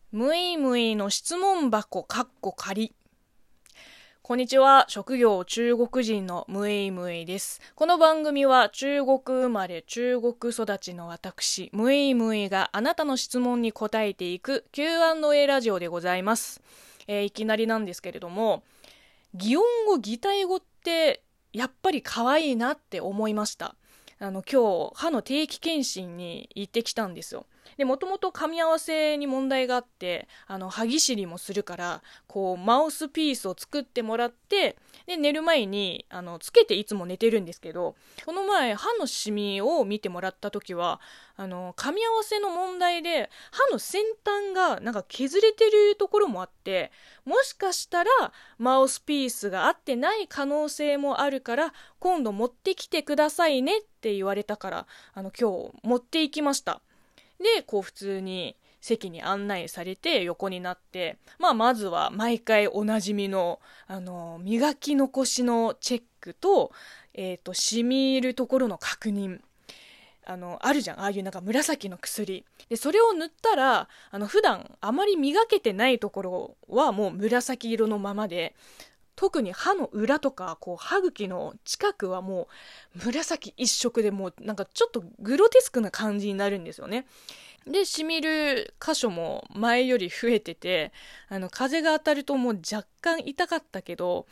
むいむいの質問箱仮。こんにちは。職業中国人のむいむいです。この番組は中国生まれ中国育ちの私、むいむいがあなたの質問に答えていく Q&A ラジオでございます。いきなりなんですけれども、擬音語、擬態語ってやっぱり可愛いなって思いました。今日歯の定期検診に行ってきたんですよ。で、もともと噛み合わせに問題があって、歯ぎしりもするから、こう、マウスピースを作ってもらって、で、寝る前に、つけていつも寝てるんですけど、この前、歯のシミを見てもらった時は、噛み合わせの問題で、歯の先端がなんか削れてるところもあって、もしかしたら、マウスピースが合ってない可能性もあるから、今度持ってきてくださいねって言われたから、今日持っていきました。で、こう普通に席に案内されて横になって、まずは毎回おなじみの、磨き残しのチェックと、染み入るところの確認。あるじゃん。ああいうなんか紫の薬。で、それを塗ったら、普段あまり磨けてないところはもう紫色のままで、特に歯の裏とか、こう、歯茎の近くはもう、紫一色でもう、なんかちょっとグロテスクな感じになるんですよね。で、染みる箇所も前より増えてて、風が当たるともう若干痛かったけど、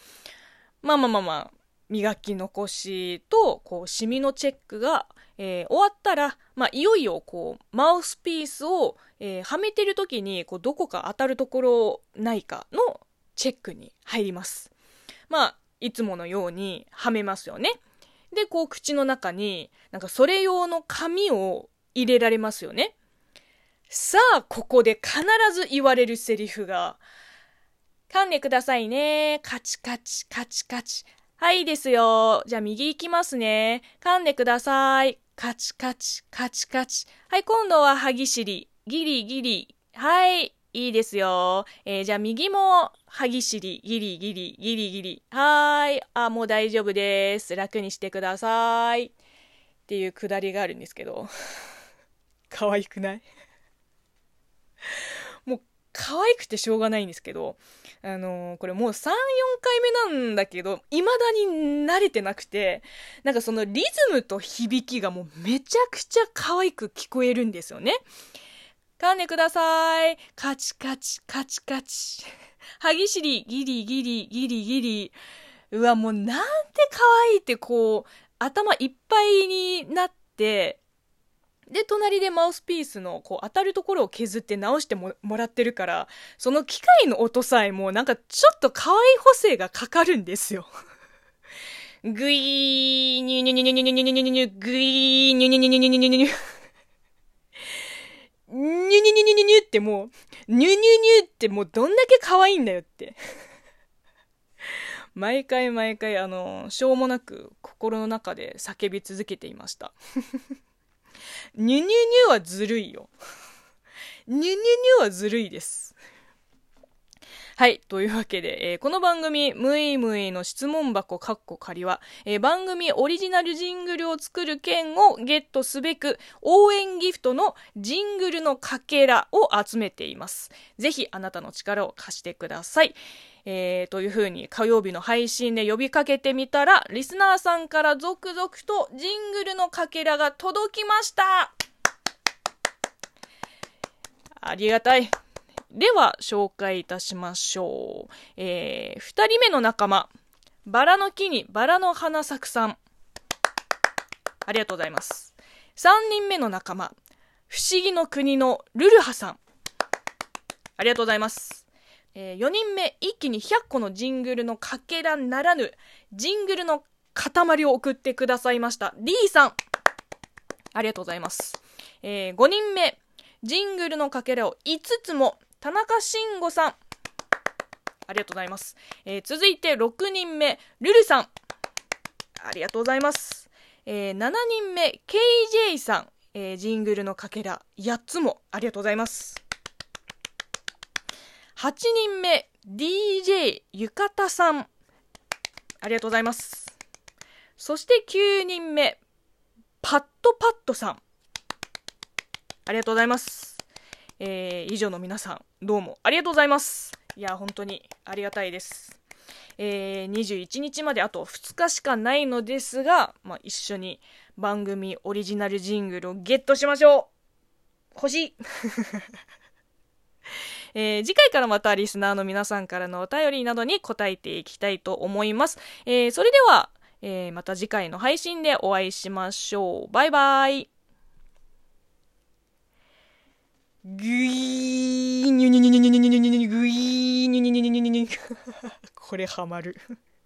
磨き残しと、こう、シミのチェックが、終わったら、いよいよ、こう、マウスピースを、はめてる時に、こう、どこか当たるところないかのチェックに入ります。いつものようにはめますよね。で、こう口の中に、なんかそれ用の紙を入れられますよね。さあ、ここで必ず言われるセリフが、噛んでくださいね。カチカチ、カチカチ。はいですよ。じゃあ右行きますね。噛んでください。カチカチ、カチカチ。はい、今度は歯ぎしり。ギリギリ。はい。いいですよ。じゃあ右も歯ぎしり、ギリギリ、ギリギリ。はーい。もう大丈夫です。楽にしてください。っていうくだりがあるんですけど。可愛くない？もう可愛くてしょうがないんですけど、これもう3、4回目なんだけど、未だに慣れてなくて、なんかそのリズムと響きがもうめちゃくちゃ可愛く聞こえるんですよね。噛んでください。カチカチ、カチカチ。歯ぎしり、ギリギリ、ギリギリ。うわ、もうなんて可愛いってこう、頭いっぱいになって、で、隣でマウスピースのこう当たるところを削って直してもらってるから、その機械の音さえもなんかちょっと可愛い補正がかかるんですよ。グイー、ニュニュニュニュニュニュニュニュニュニュ、グイー、ニュニュニュニュニュニュニュニュニュ。ニュニュニュニュニュニュってもう、ニュニュニュってもうどんだけ可愛いんだよって。毎回毎回しょうもなく心の中で叫び続けていました。ニュニュニュはずるいよ。ニュニュニュはずるいです。はい。というわけで、この番組、むいむいの質問箱仮は、番組オリジナルジングルを作る券をゲットすべく、応援ギフトのジングルのかけらを集めています。ぜひ、あなたの力を貸してください。というふうに火曜日の配信で呼びかけてみたら、リスナーさんから続々とジングルのかけらが届きました。ありがたい。では、紹介いたしましょう。二人目の仲間。バラの木にバラの花咲くさん。ありがとうございます。三人目の仲間。不思議の国のルルハさん。ありがとうございます。四人目、一気に100個のジングルのかけらならぬ、ジングルの塊を送ってくださいました。D さん。ありがとうございます。五人目、ジングルのかけらを5つも、田中慎吾さん。ありがとうございます。続いて6人目、ルルさん。ありがとうございます。7人目、KJ さん。ジングルのかけら8つも。ありがとうございます。8人目、DJ ゆかたさん。ありがとうございます。そして9人目、パットさん。ありがとうございます。 以上の皆さん、どうもありがとうございます。いや、本当にありがたいです。21日まであと2日しかないのですが、一緒に番組オリジナルジングルをゲットしましょう。欲しい次回からまたリスナーの皆さんからのお便りなどに答えていきたいと思います。それでは、また次回の配信でお会いしましょう。バイバイ。グイーニュニュニュニュニュニュニュニュニュグイーニュニュニュニュニュニュこれハマる。